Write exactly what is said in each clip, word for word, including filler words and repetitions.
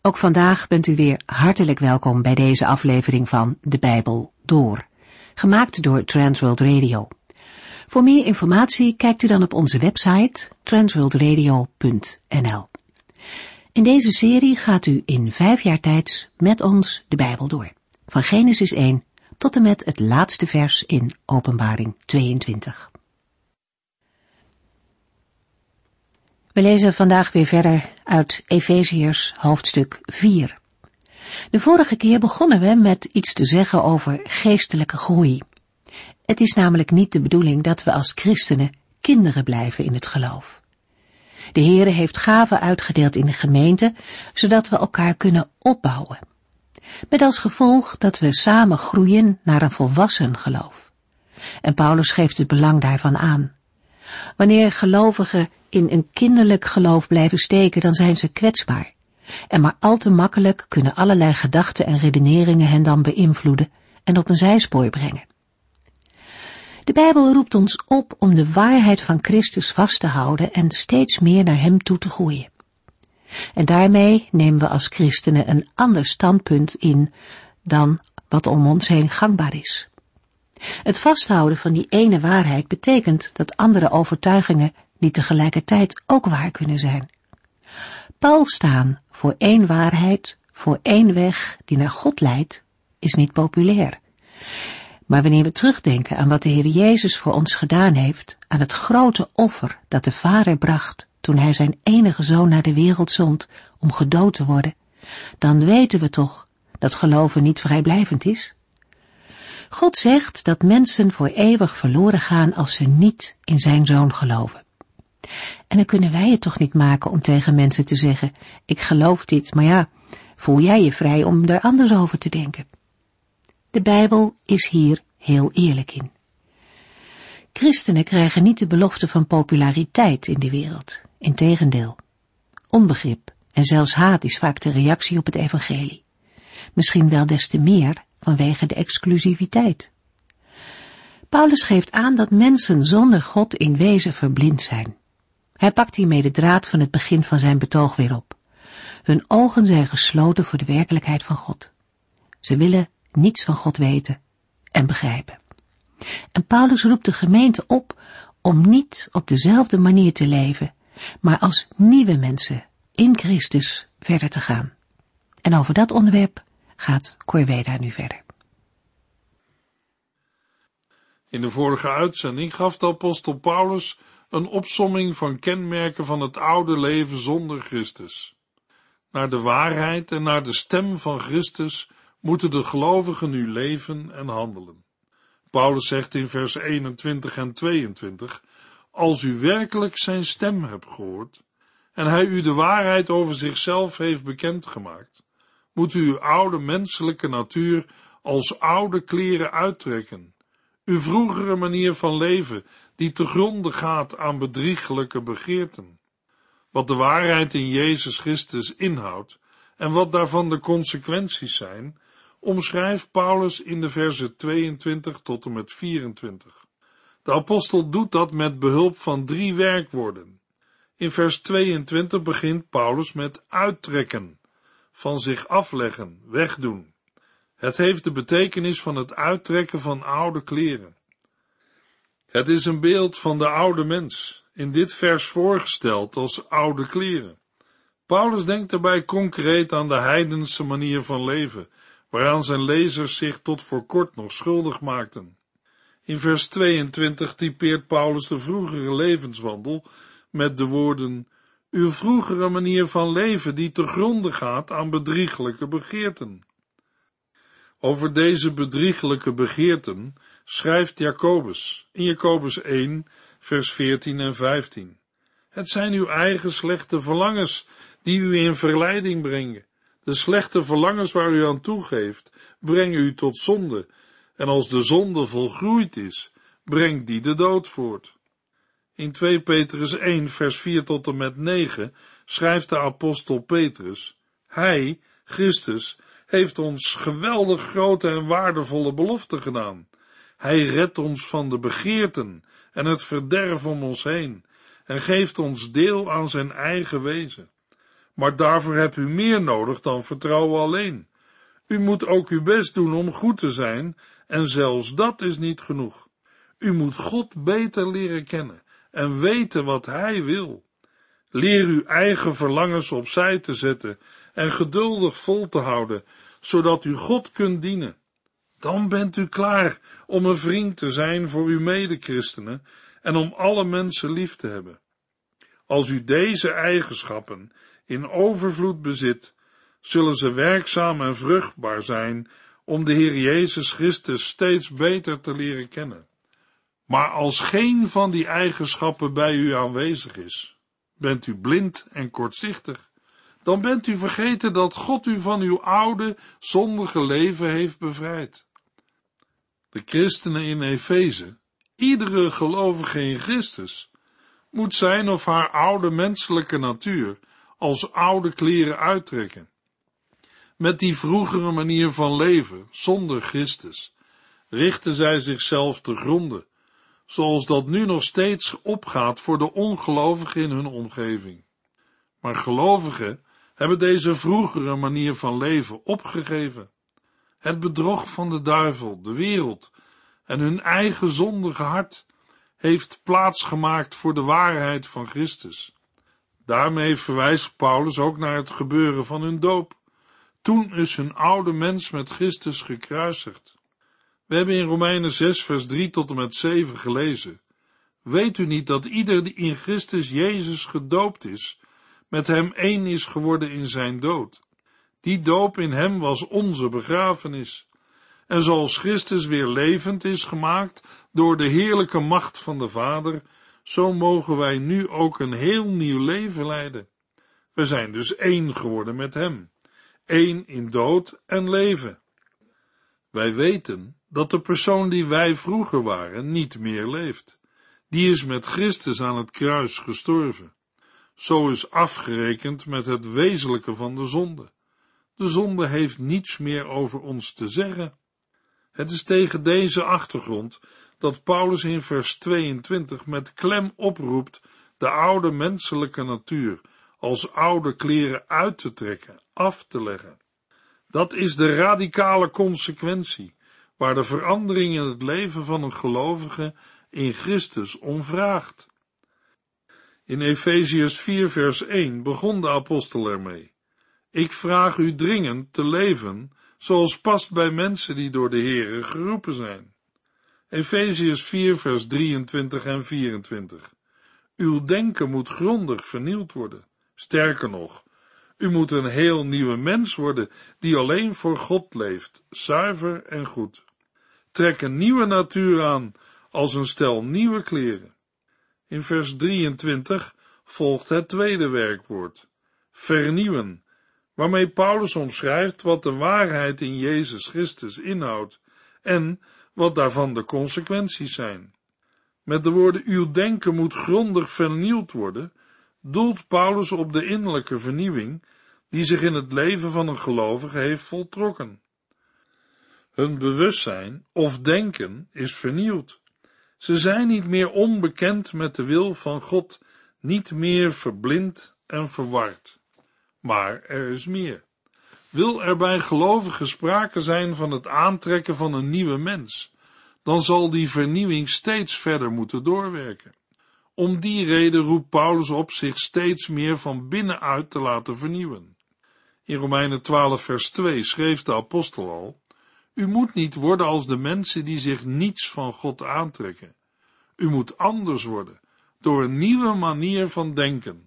Ook vandaag bent u weer hartelijk welkom bij deze aflevering van De Bijbel Door, gemaakt door Transworld Radio. Voor meer informatie kijkt u dan op onze website transworld radio punt n l. In deze serie gaat u in vijf jaar tijd met ons de Bijbel door, van Genesis één tot en met het laatste vers in Openbaring tweeëntwintig. We lezen vandaag weer verder uit Efeziërs hoofdstuk vier. De vorige keer begonnen we met iets te zeggen over geestelijke groei. Het is namelijk niet de bedoeling dat we als christenen kinderen blijven in het geloof. De Heere heeft gaven uitgedeeld in de gemeente, zodat we elkaar kunnen opbouwen. Met als gevolg dat we samen groeien naar een volwassen geloof. En Paulus geeft het belang daarvan aan. Wanneer gelovigen in een kinderlijk geloof blijven steken, dan zijn ze kwetsbaar. En maar al te makkelijk kunnen allerlei gedachten en redeneringen hen dan beïnvloeden en op een zijspoor brengen. De Bijbel roept ons op om de waarheid van Christus vast te houden en steeds meer naar hem toe te groeien. En daarmee nemen we als christenen een ander standpunt in dan wat om ons heen gangbaar is. Het vasthouden van die ene waarheid betekent dat andere overtuigingen niet tegelijkertijd ook waar kunnen zijn. Pal staan voor één waarheid, voor één weg die naar God leidt, is niet populair. Maar wanneer we terugdenken aan wat de Heer Jezus voor ons gedaan heeft, aan het grote offer dat de Vader bracht toen hij zijn enige zoon naar de wereld zond om gedood te worden, dan weten we toch dat geloven niet vrijblijvend is. God zegt dat mensen voor eeuwig verloren gaan als ze niet in zijn zoon geloven. En dan kunnen wij het toch niet maken om tegen mensen te zeggen, ik geloof dit, maar ja, voel jij je vrij om er anders over te denken. De Bijbel is hier heel eerlijk in. Christenen krijgen niet de belofte van populariteit in de wereld. Integendeel. Onbegrip en zelfs haat is vaak de reactie op het evangelie. Misschien wel des te meer vanwege de exclusiviteit. Paulus geeft aan dat mensen zonder God in wezen verblind zijn. Hij pakt hiermee de draad van het begin van zijn betoog weer op. Hun ogen zijn gesloten voor de werkelijkheid van God. Ze willen niets van God weten en begrijpen. En Paulus roept de gemeente op om niet op dezelfde manier te leven, maar als nieuwe mensen in Christus verder te gaan. En over dat onderwerp gaat Corveda nu verder. In de vorige uitzending gaf de apostel Paulus een opsomming van kenmerken van het oude leven zonder Christus. Naar de waarheid en naar de stem van Christus moeten de gelovigen nu leven en handelen. Paulus zegt in vers eenentwintig en tweeëntwintig, als u werkelijk zijn stem hebt gehoord en hij u de waarheid over zichzelf heeft bekendgemaakt, moet u uw oude menselijke natuur als oude kleren uittrekken, uw vroegere manier van leven die te gronde gaat aan bedriegelijke begeerten. Wat de waarheid in Jezus Christus inhoudt en wat daarvan de consequenties zijn, omschrijft Paulus in de versen tweeëntwintig tot en met vierentwintig. De apostel doet dat met behulp van drie werkwoorden. In vers tweeëntwintig begint Paulus met uittrekken, van zich afleggen, wegdoen. Het heeft de betekenis van het uittrekken van oude kleren. Het is een beeld van de oude mens, in dit vers voorgesteld als oude kleren. Paulus denkt daarbij concreet aan de heidense manier van leven, waaraan zijn lezers zich tot voor kort nog schuldig maakten. In vers tweeëntwintig typeert Paulus de vroegere levenswandel met de woorden, uw vroegere manier van leven die te gronde gaat aan bedrieglijke begeerten. Over deze bedrieglijke begeerten schrijft Jacobus in Jacobus één, vers veertien en vijftien. Het zijn uw eigen slechte verlangens die u in verleiding brengen. De slechte verlangens waar u aan toegeeft, brengen u tot zonde, en als de zonde volgroeid is, brengt die de dood voort. In twee Petrus één, vers vier tot en met negen, schrijft de apostel Petrus, hij, Christus, heeft ons geweldig grote en waardevolle beloften gedaan. Hij redt ons van de begeerten en het verderf om ons heen, en geeft ons deel aan zijn eigen wezen. Maar daarvoor hebt u meer nodig dan vertrouwen alleen. U moet ook uw best doen om goed te zijn, en zelfs dat is niet genoeg. U moet God beter leren kennen en weten wat Hij wil. Leer uw eigen verlangens opzij te zetten en geduldig vol te houden, zodat u God kunt dienen. Dan bent u klaar om een vriend te zijn voor uw medechristenen en om alle mensen lief te hebben. Als u deze eigenschappen in overvloed bezit, zullen ze werkzaam en vruchtbaar zijn om de Heer Jezus Christus steeds beter te leren kennen. Maar als geen van die eigenschappen bij u aanwezig is, bent u blind en kortzichtig, dan bent u vergeten dat God u van uw oude, zondige leven heeft bevrijd. De christenen in Efeze, iedere gelovige in Christus, moet zijn of haar oude menselijke natuur als oude kleren uittrekken. Met die vroegere manier van leven, zonder Christus, richten zij zichzelf te gronden, zoals dat nu nog steeds opgaat voor de ongelovigen in hun omgeving. Maar gelovigen hebben deze vroegere manier van leven opgegeven. Het bedrog van de duivel, de wereld en hun eigen zondige hart heeft plaats gemaakt voor de waarheid van Christus. Daarmee verwijst Paulus ook naar het gebeuren van hun doop. Toen is hun oude mens met Christus gekruisigd. We hebben in Romeinen zes vers drie tot en met zeven gelezen. Weet u niet dat ieder die in Christus Jezus gedoopt is, met hem één is geworden in zijn dood? Die doop in hem was onze begrafenis. En zoals Christus weer levend is gemaakt door de heerlijke macht van de Vader, zo mogen wij nu ook een heel nieuw leven leiden. We zijn dus één geworden met hem, één in dood en leven. Wij weten dat de persoon die wij vroeger waren niet meer leeft. Die is met Christus aan het kruis gestorven. Zo is afgerekend met het wezenlijke van de zonde. De zonde heeft niets meer over ons te zeggen. Het is tegen deze achtergrond dat Paulus in vers tweeëntwintig met klem oproept de oude menselijke natuur als oude kleren uit te trekken, af te leggen. Dat is de radicale consequentie, waar de verandering in het leven van een gelovige in Christus om vraagt. In Efeziërs vier vers één begon de apostel ermee. Ik vraag u dringend te leven zoals past bij mensen die door de Heere geroepen zijn. Efeziërs vier vers drieëntwintig en vierentwintig. Uw denken moet grondig vernieuwd worden. Sterker nog, u moet een heel nieuwe mens worden die alleen voor God leeft, zuiver en goed. Trek een nieuwe natuur aan als een stel nieuwe kleren. In vers drieëntwintig volgt het tweede werkwoord, vernieuwen, waarmee Paulus omschrijft wat de waarheid in Jezus Christus inhoudt en wat daarvan de consequenties zijn. Met de woorden uw denken moet grondig vernieuwd worden, doelt Paulus op de innerlijke vernieuwing die zich in het leven van een gelovige heeft voltrokken. Hun bewustzijn of denken is vernieuwd. Ze zijn niet meer onbekend met de wil van God, niet meer verblind en verward. Maar er is meer. Wil er bij gelovigen sprake zijn van het aantrekken van een nieuwe mens, dan zal die vernieuwing steeds verder moeten doorwerken. Om die reden roept Paulus op zich steeds meer van binnenuit te laten vernieuwen. In Romeinen twaalf vers twee schreef de apostel al, u moet niet worden als de mensen die zich niets van God aantrekken. U moet anders worden, door een nieuwe manier van denken.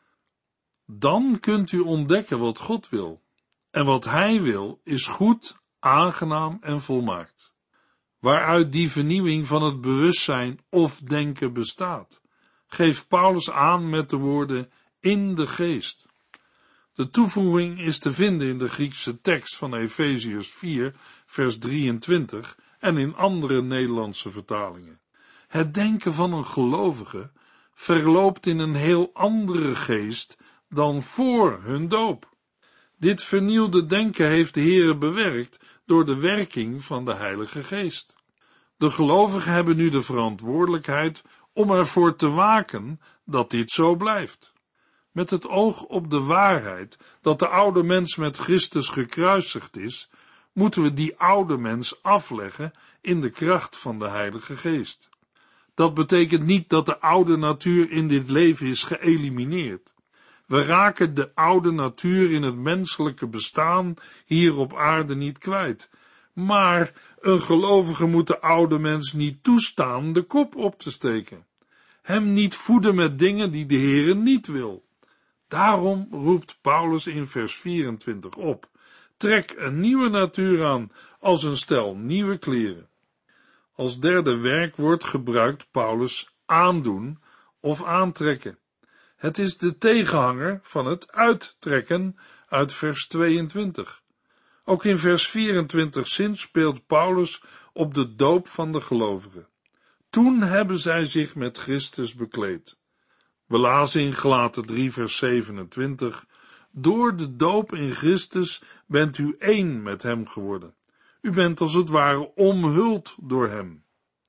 Dan kunt u ontdekken wat God wil. En wat Hij wil is goed, aangenaam en volmaakt. Waaruit die vernieuwing van het bewustzijn of denken bestaat, geeft Paulus aan met de woorden in de geest. De toevoeging is te vinden in de Griekse tekst van Efeziërs vier, vers drieëntwintig en in andere Nederlandse vertalingen. Het denken van een gelovige verloopt in een heel andere geest dan voor hun doop. Dit vernieuwde denken heeft de Heere bewerkt door de werking van de Heilige Geest. De gelovigen hebben nu de verantwoordelijkheid om ervoor te waken dat dit zo blijft. Met het oog op de waarheid dat de oude mens met Christus gekruisigd is, moeten we die oude mens afleggen in de kracht van de Heilige Geest. Dat betekent niet dat de oude natuur in dit leven is geëlimineerd. We raken de oude natuur in het menselijke bestaan hier op aarde niet kwijt. Maar een gelovige moet de oude mens niet toestaan de kop op te steken. Hem niet voeden met dingen die de Heere niet wil. Daarom roept Paulus in vers vierentwintig op: trek een nieuwe natuur aan als een stel nieuwe kleren. Als derde werkwoord gebruikt Paulus aandoen of aantrekken. Het is de tegenhanger van het uittrekken uit vers tweeëntwintig. Ook in vers vierentwintig zinspeelt Paulus op de doop van de gelovigen. Toen hebben zij zich met Christus bekleed. We lazen in Galaten drie vers zevenentwintig, door de doop in Christus bent u één met hem geworden. U bent als het ware omhuld door hem.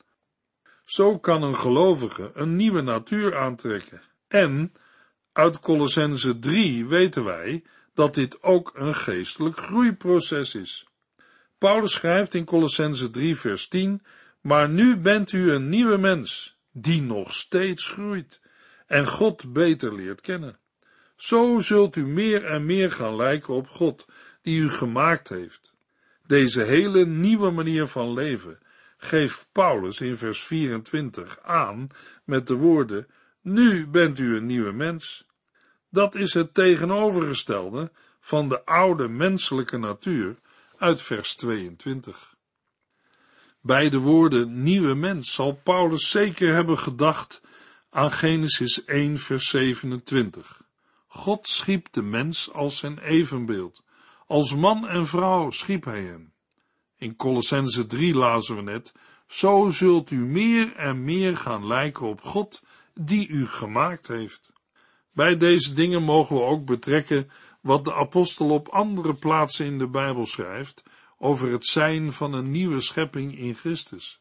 Zo kan een gelovige een nieuwe natuur aantrekken. En uit Kolossenzen drie weten wij dat dit ook een geestelijk groeiproces is. Paulus schrijft in Kolossenzen drie vers tien, maar nu bent u een nieuwe mens, die nog steeds groeit en God beter leert kennen. Zo zult u meer en meer gaan lijken op God, die u gemaakt heeft. Deze hele nieuwe manier van leven geeft Paulus in vers vierentwintig aan met de woorden: nu bent u een nieuwe mens. Dat is het tegenovergestelde van de oude menselijke natuur uit vers tweeëntwintig. Bij de woorden nieuwe mens zal Paulus zeker hebben gedacht aan Genesis één vers zevenentwintig. God schiep de mens als zijn evenbeeld. Als man en vrouw schiep hij hen. In Kolossenzen drie lazen we net: zo zult u meer en meer gaan lijken op God die u gemaakt heeft. Bij deze dingen mogen we ook betrekken wat de apostel op andere plaatsen in de Bijbel schrijft over het zijn van een nieuwe schepping in Christus.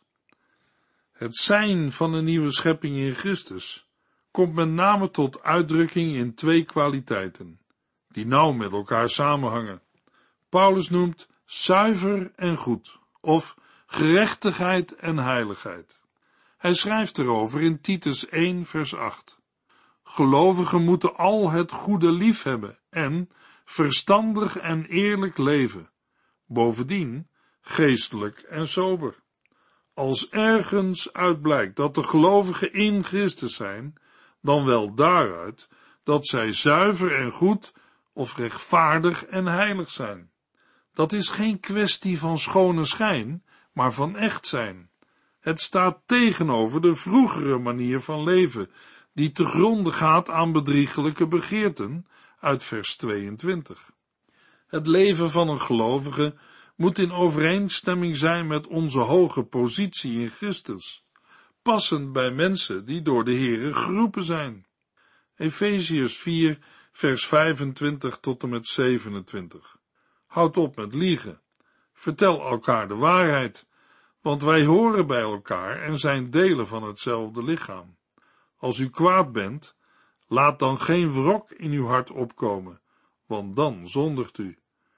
Het zijn van een nieuwe schepping in Christus komt met name tot uitdrukking in twee kwaliteiten, die nauw met elkaar samenhangen. Paulus noemt zuiver en goed, of gerechtigheid en heiligheid. Hij schrijft erover in Titus één vers acht. Gelovigen moeten al het goede lief hebben en verstandig en eerlijk leven, bovendien geestelijk en sober. Als ergens uit blijkt dat de gelovigen in Christus zijn, dan wel daaruit dat zij zuiver en goed of rechtvaardig en heilig zijn. Dat is geen kwestie van schone schijn, maar van echt zijn. Het staat tegenover de vroegere manier van leven, die te gronde gaat aan bedriegelijke begeerten, uit vers tweeëntwintig. Het leven van een gelovige moet in overeenstemming zijn met onze hoge positie in Christus, passend bij mensen die door de Heere geroepen zijn. Efeziërs vier, vers vijfentwintig tot en met zevenentwintig. Houd op met liegen. Vertel elkaar de waarheid, want wij horen bij elkaar en zijn delen van hetzelfde lichaam. Als u kwaad bent, laat dan geen wrok in uw hart opkomen, want dan zondigt u.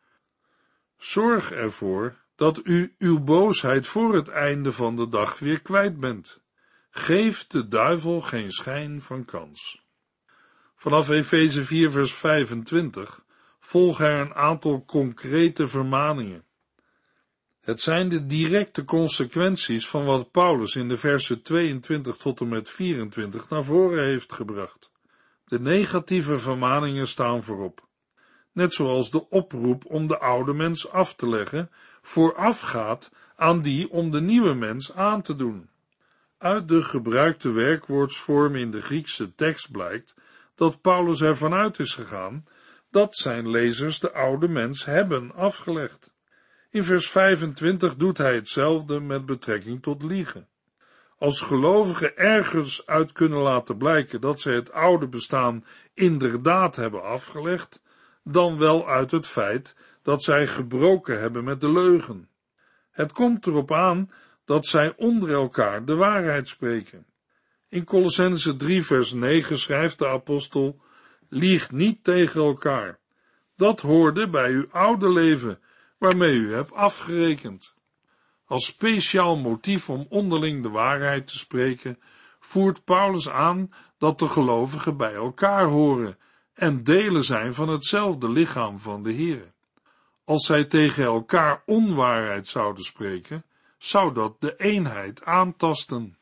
Zorg ervoor dat u uw boosheid voor het einde van de dag weer kwijt bent. Geef de duivel geen schijn van kans. Vanaf Efeze vier vers vijfentwintig volgen er een aantal concrete vermaningen. Het zijn de directe consequenties van wat Paulus in de versen tweeëntwintig tot en met vierentwintig naar voren heeft gebracht. De negatieve vermaningen staan voorop. Net zoals de oproep om de oude mens af te leggen, voorafgaat aan die om de nieuwe mens aan te doen. Uit de gebruikte werkwoordsvorm in de Griekse tekst blijkt dat Paulus ervan uit is gegaan dat zijn lezers de oude mens hebben afgelegd. In vers vijfentwintig doet hij hetzelfde met betrekking tot liegen. Als gelovigen ergens uit kunnen laten blijken dat zij het oude bestaan inderdaad hebben afgelegd, dan wel uit het feit dat zij gebroken hebben met de leugen. Het komt erop aan dat zij onder elkaar de waarheid spreken. In Kolossenzen drie vers negen schrijft de apostel: lieg niet tegen elkaar. Dat hoorde bij uw oude leven, waarmee u hebt afgerekend. Als speciaal motief om onderling de waarheid te spreken, voert Paulus aan dat de gelovigen bij elkaar horen en delen zijn van hetzelfde lichaam van de Here. Als zij tegen elkaar onwaarheid zouden spreken, zou dat de eenheid aantasten.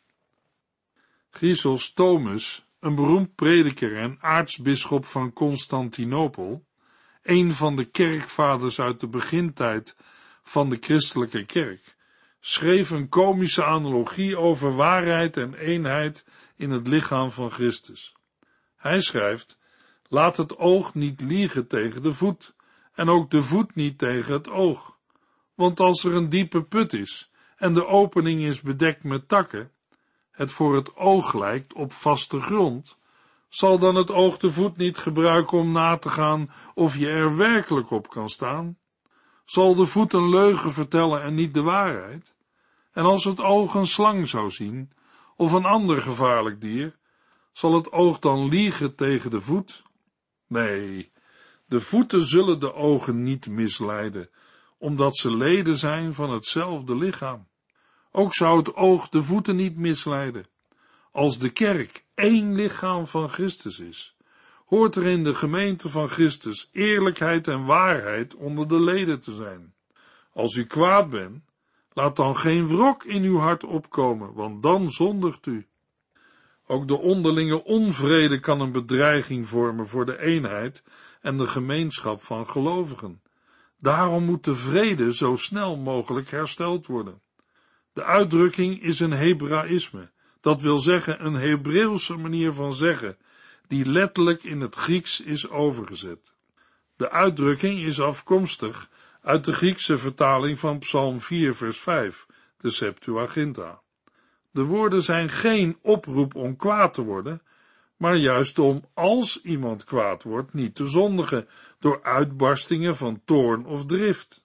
Chrysostomus, een beroemd prediker en aartsbisschop van Constantinopel, een van de kerkvaders uit de begintijd van de christelijke kerk, schreef een komische analogie over waarheid en eenheid in het lichaam van Christus. Hij schrijft: laat het oog niet liegen tegen de voet, en ook de voet niet tegen het oog. Want als er een diepe put is, en de opening is bedekt met takken, het voor het oog lijkt op vaste grond, zal dan het oog de voet niet gebruiken om na te gaan of je er werkelijk op kan staan? Zal de voet een leugen vertellen en niet de waarheid? En als het oog een slang zou zien, of een ander gevaarlijk dier, zal het oog dan liegen tegen de voet? Nee, de voeten zullen de ogen niet misleiden, omdat ze leden zijn van hetzelfde lichaam. Ook zou het oog de voeten niet misleiden. Als de kerk één lichaam van Christus is, hoort er in de gemeente van Christus eerlijkheid en waarheid onder de leden te zijn. Als u kwaad bent, laat dan geen wrok in uw hart opkomen, want dan zondigt u. Ook de onderlinge onvrede kan een bedreiging vormen voor de eenheid en de gemeenschap van gelovigen. Daarom moet de vrede zo snel mogelijk hersteld worden. De uitdrukking is een Hebraïsme, dat wil zeggen een Hebreeuwse manier van zeggen, die letterlijk in het Grieks is overgezet. De uitdrukking is afkomstig uit de Griekse vertaling van Psalm vier vers vijf, de Septuaginta. De woorden zijn geen oproep om kwaad te worden, maar juist om, als iemand kwaad wordt, niet te zondigen door uitbarstingen van toorn of drift.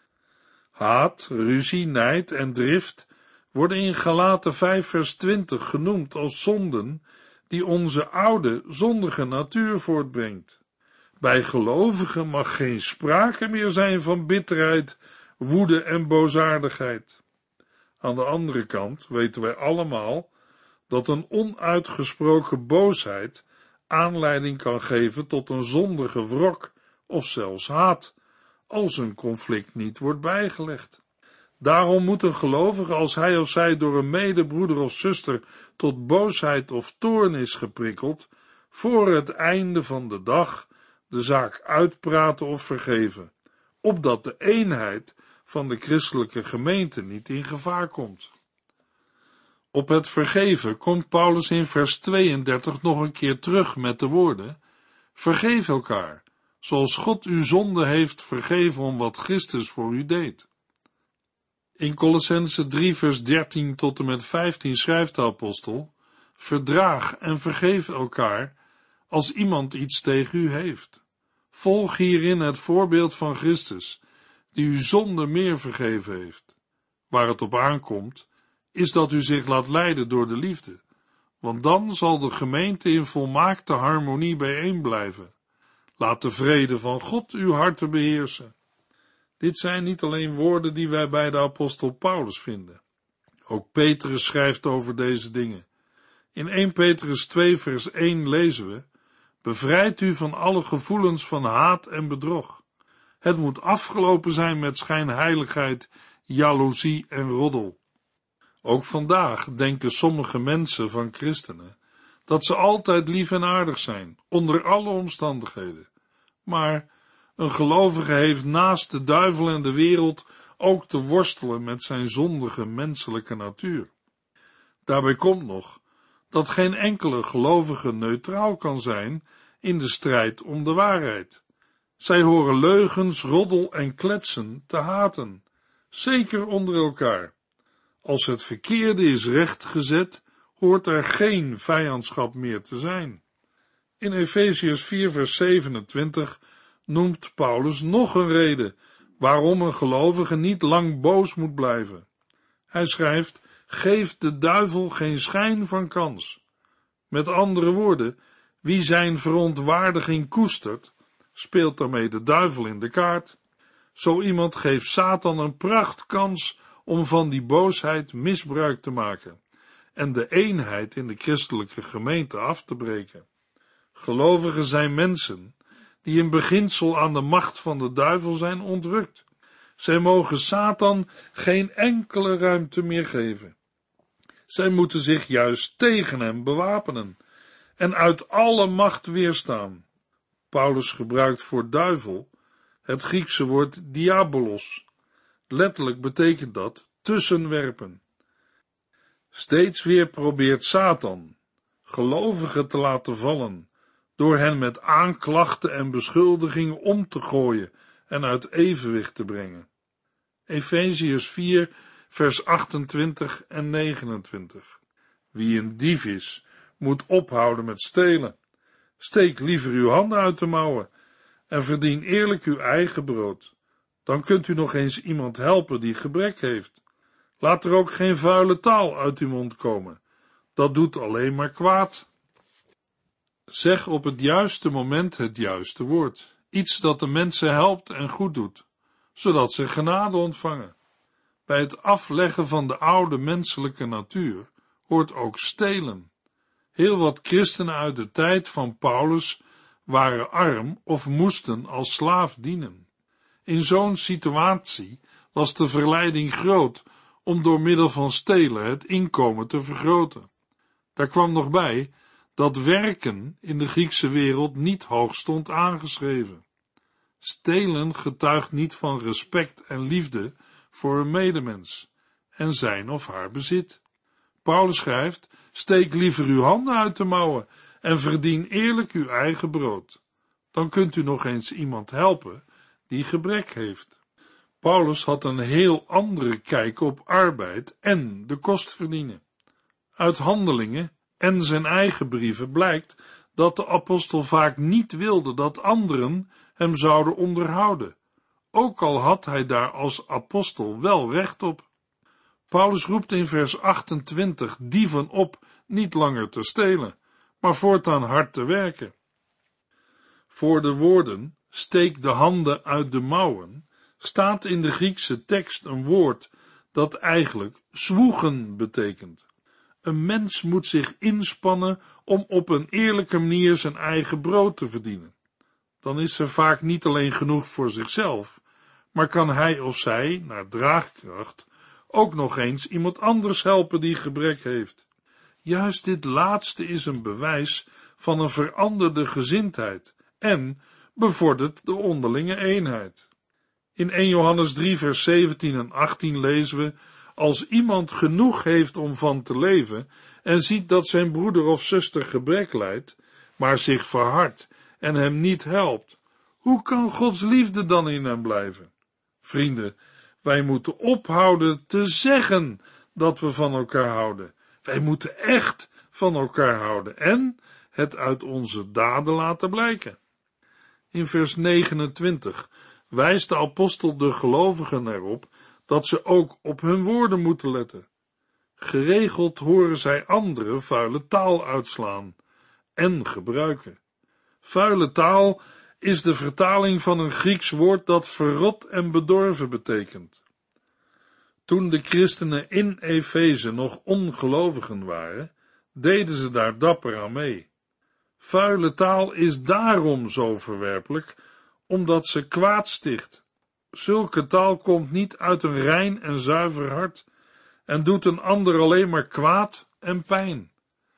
Haat, ruzie, nijd en drift worden in Galaten vijf vers twintig genoemd als zonden die onze oude, zondige natuur voortbrengt. Bij gelovigen mag geen sprake meer zijn van bitterheid, woede en boosaardigheid. Aan de andere kant weten wij allemaal dat een onuitgesproken boosheid aanleiding kan geven tot een zondige wrok of zelfs haat, als een conflict niet wordt bijgelegd. Daarom moet een gelovige, als hij of zij door een medebroeder of zuster tot boosheid of toorn is geprikkeld, voor het einde van de dag de zaak uitpraten of vergeven, opdat de eenheid van de christelijke gemeente niet in gevaar komt. Op het vergeven komt Paulus in vers tweeëndertig nog een keer terug met de woorden: vergeef elkaar, zoals God uw zonde heeft vergeven om wat Christus voor u deed. In Kolossenzen drie vers dertien tot en met vijftien schrijft de apostel: verdraag en vergeef elkaar als iemand iets tegen u heeft. Volg hierin het voorbeeld van Christus, die u zonde meer vergeven heeft. Waar het op aankomt, is dat u zich laat leiden door de liefde, want dan zal de gemeente in volmaakte harmonie bijeen blijven. Laat de vrede van God uw harten beheersen. Dit zijn niet alleen woorden die wij bij de apostel Paulus vinden. Ook Petrus schrijft over deze dingen. In eerste Petrus twee vers één lezen we: bevrijd u van alle gevoelens van haat en bedrog. Het moet afgelopen zijn met schijnheiligheid, jaloezie en roddel. Ook vandaag denken sommige mensen van christenen dat ze altijd lief en aardig zijn, onder alle omstandigheden. Maar een gelovige heeft naast de duivel en de wereld ook te worstelen met zijn zondige menselijke natuur. Daarbij komt nog dat geen enkele gelovige neutraal kan zijn in de strijd om de waarheid. Zij horen leugens, roddel en kletsen te haten, zeker onder elkaar. Als het verkeerde is rechtgezet, hoort er geen vijandschap meer te zijn. In Efeziërs vier vers zevenentwintig noemt Paulus nog een reden waarom een gelovige niet lang boos moet blijven. Hij schrijft: geef de duivel geen schijn van kans. Met andere woorden, Wie zijn verontwaardiging koestert, speelt daarmee de duivel in de kaart. Zo iemand geeft Satan een prachtkans om van die boosheid misbruik te maken en de eenheid in de christelijke gemeente af te breken. Gelovigen zijn mensen die in beginsel aan de macht van de duivel zijn ontrukt. Zij mogen Satan geen enkele ruimte meer geven. Zij moeten zich juist tegen hem bewapenen en uit alle macht weerstaan. Paulus gebruikt voor duivel het Griekse woord diabolos. Letterlijk betekent dat tussenwerpen. Steeds weer probeert Satan gelovigen te laten vallen, door hen met aanklachten en beschuldigingen om te gooien en uit evenwicht te brengen. Efeziërs vier, vers achtentwintig en negenentwintig. Wie een dief is, moet ophouden met stelen. Steek liever uw handen uit de mouwen en verdien eerlijk uw eigen brood. Dan kunt u nog eens iemand helpen die gebrek heeft. Laat er ook geen vuile taal uit uw mond komen. Dat doet alleen maar kwaad. Zeg op het juiste moment het juiste woord. Iets dat de mensen helpt en goed doet, zodat ze genade ontvangen. Bij het afleggen van de oude menselijke natuur hoort ook stelen. Heel wat christenen uit de tijd van Paulus waren arm of moesten als slaaf dienen. In zo'n situatie was de verleiding groot om door middel van stelen het inkomen te vergroten. Daar kwam nog bij dat werken in de Griekse wereld niet hoog stond aangeschreven. Stelen getuigt niet van respect en liefde voor een medemens en zijn of haar bezit. Paulus schrijft: steek liever uw handen uit de mouwen en verdien eerlijk uw eigen brood. Dan kunt u nog eens iemand helpen die gebrek heeft. Paulus had een heel andere kijk op arbeid en de kost verdienen. Uit Handelingen en zijn eigen brieven blijkt dat de apostel vaak niet wilde dat anderen hem zouden onderhouden, ook al had hij daar als apostel wel recht op. Paulus roept in vers achtentwintig dieven op niet langer te stelen, maar voortaan hard te werken. Voor de woorden, steek de handen uit de mouwen, staat in de Griekse tekst een woord dat eigenlijk zwoegen betekent. Een mens moet zich inspannen om op een eerlijke manier zijn eigen brood te verdienen. Dan is er vaak niet alleen genoeg voor zichzelf, maar kan hij of zij, naar draagkracht, ook nog eens iemand anders helpen die gebrek heeft. Juist dit laatste is een bewijs van een veranderde gezindheid en bevordert de onderlinge eenheid. In eerste Johannes drie vers zeventien en achttien lezen we: als iemand genoeg heeft om van te leven en ziet dat zijn broeder of zuster gebrek lijdt, maar zich verhardt en hem niet helpt, hoe kan Gods liefde dan in hem blijven? Vrienden, wij moeten ophouden te zeggen dat we van elkaar houden. Wij moeten echt van elkaar houden en het uit onze daden laten blijken. In vers negenentwintig wijst de apostel de gelovigen erop dat ze ook op hun woorden moeten letten. Geregeld horen zij anderen vuile taal uitslaan en gebruiken. Vuile taal is de vertaling van een Grieks woord dat verrot en bedorven betekent. Toen de christenen in Efeze nog ongelovigen waren, deden ze daar dapper aan mee. Vuile taal is daarom zo verwerpelijk, omdat ze kwaad sticht. Zulke taal komt niet uit een rein en zuiver hart en doet een ander alleen maar kwaad en pijn.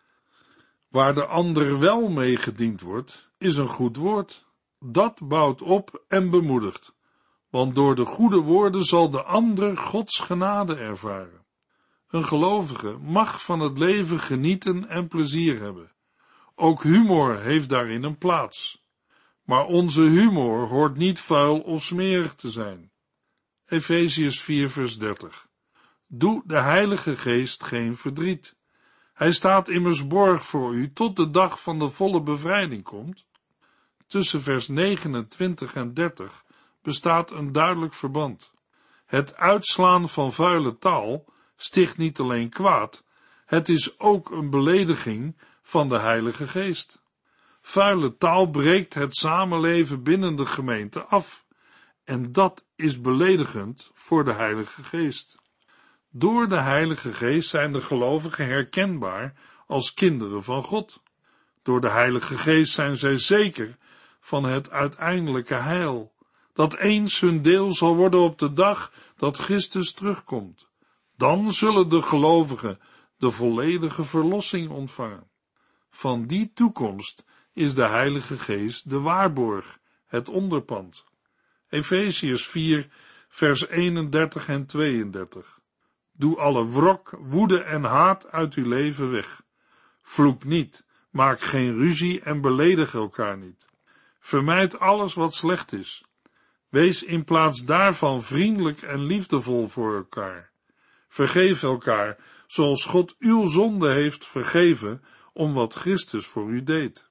Waar de ander wel mee gediend wordt, is een goed woord. Dat bouwt op en bemoedigt, want door de goede woorden zal de ander Gods genade ervaren. Een gelovige mag van het leven genieten en plezier hebben. Ook humor heeft daarin een plaats. Maar onze humor hoort niet vuil of smerig te zijn. Efeziërs vier vers dertig. Doe de Heilige Geest geen verdriet. Hij staat immers borg voor u tot de dag van de volle bevrijding komt. Tussen vers negenentwintig en dertig bestaat een duidelijk verband. Het uitslaan van vuile taal sticht niet alleen kwaad, het is ook een belediging van de Heilige Geest. Vuile taal breekt het samenleven binnen de gemeente af. En dat is beledigend voor de Heilige Geest. Door de Heilige Geest zijn de gelovigen herkenbaar als kinderen van God. Door de Heilige Geest zijn zij zeker van het uiteindelijke heil, dat eens hun deel zal worden op de dag dat Christus terugkomt. Dan zullen de gelovigen de volledige verlossing ontvangen. Van die toekomst is de Heilige Geest de waarborg, het onderpand. Efeziërs vier, vers eenendertig en tweeëndertig. Doe alle wrok, woede en haat uit uw leven weg. Vloek niet, maak geen ruzie en beledig elkaar niet. Vermijd alles wat slecht is. Wees in plaats daarvan vriendelijk en liefdevol voor elkaar. Vergeef elkaar, zoals God uw zonde heeft vergeven, om wat Christus voor u deed.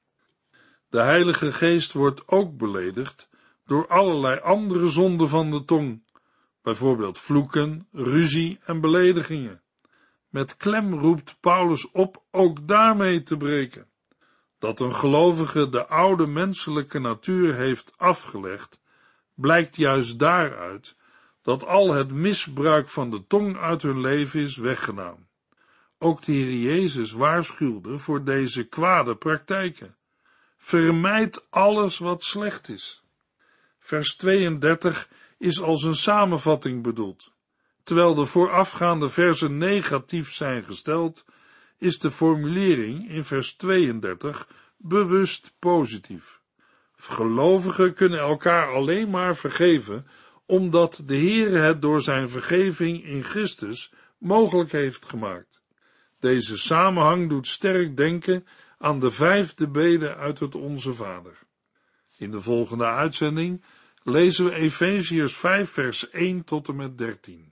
De Heilige Geest wordt ook beledigd door allerlei andere zonden van de tong, bijvoorbeeld vloeken, ruzie en beledigingen. Met klem roept Paulus op ook daarmee te breken. Dat een gelovige de oude menselijke natuur heeft afgelegd, blijkt juist daaruit dat al het misbruik van de tong uit hun leven is weggedaan. Ook de Heer Jezus waarschuwde voor deze kwade praktijken. Vermijd alles wat slecht is. Vers tweeëndertig is als een samenvatting bedoeld. Terwijl de voorafgaande versen negatief zijn gesteld, is de formulering in vers tweeëndertig bewust positief. Gelovigen kunnen elkaar alleen maar vergeven, omdat de Heere het door zijn vergeving in Christus mogelijk heeft gemaakt. Deze samenhang doet sterk denken aan de vijfde bede uit het Onze Vader. In de volgende uitzending lezen we Efeziërs vijf, vers één tot en met dertien.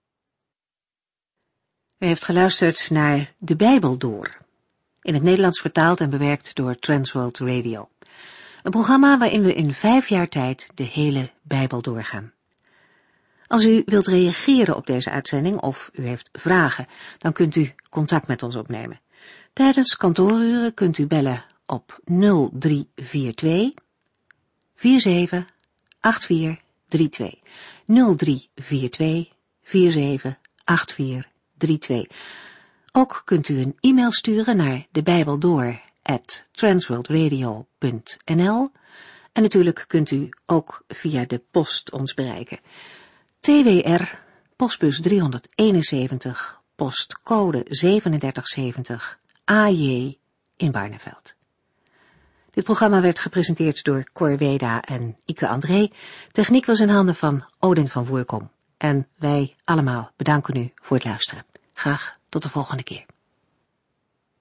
U heeft geluisterd naar De Bijbel Door, in het Nederlands vertaald en bewerkt door Transworld Radio. Een programma waarin we in vijf jaar tijd de hele Bijbel doorgaan. Als u wilt reageren op deze uitzending of u heeft vragen, dan kunt u contact met ons opnemen. Tijdens kantooruren kunt u bellen op nul drie vier twee, vier zeven acht vier drie twee. nul drie vier twee, vier zeven acht vier drie twee. Ook kunt u een e-mail sturen naar debijbeldoor at transworldradio punt n l en natuurlijk kunt u ook via de post ons bereiken. T W R, postbus driehonderdeenenzeventig, postcode zevenendertig zeventig, A J in Barneveld. Dit programma werd gepresenteerd door Cor Weda en Ike André. Techniek was in handen van Odin van Voerkom. En wij allemaal bedanken u voor het luisteren. Graag tot de volgende keer.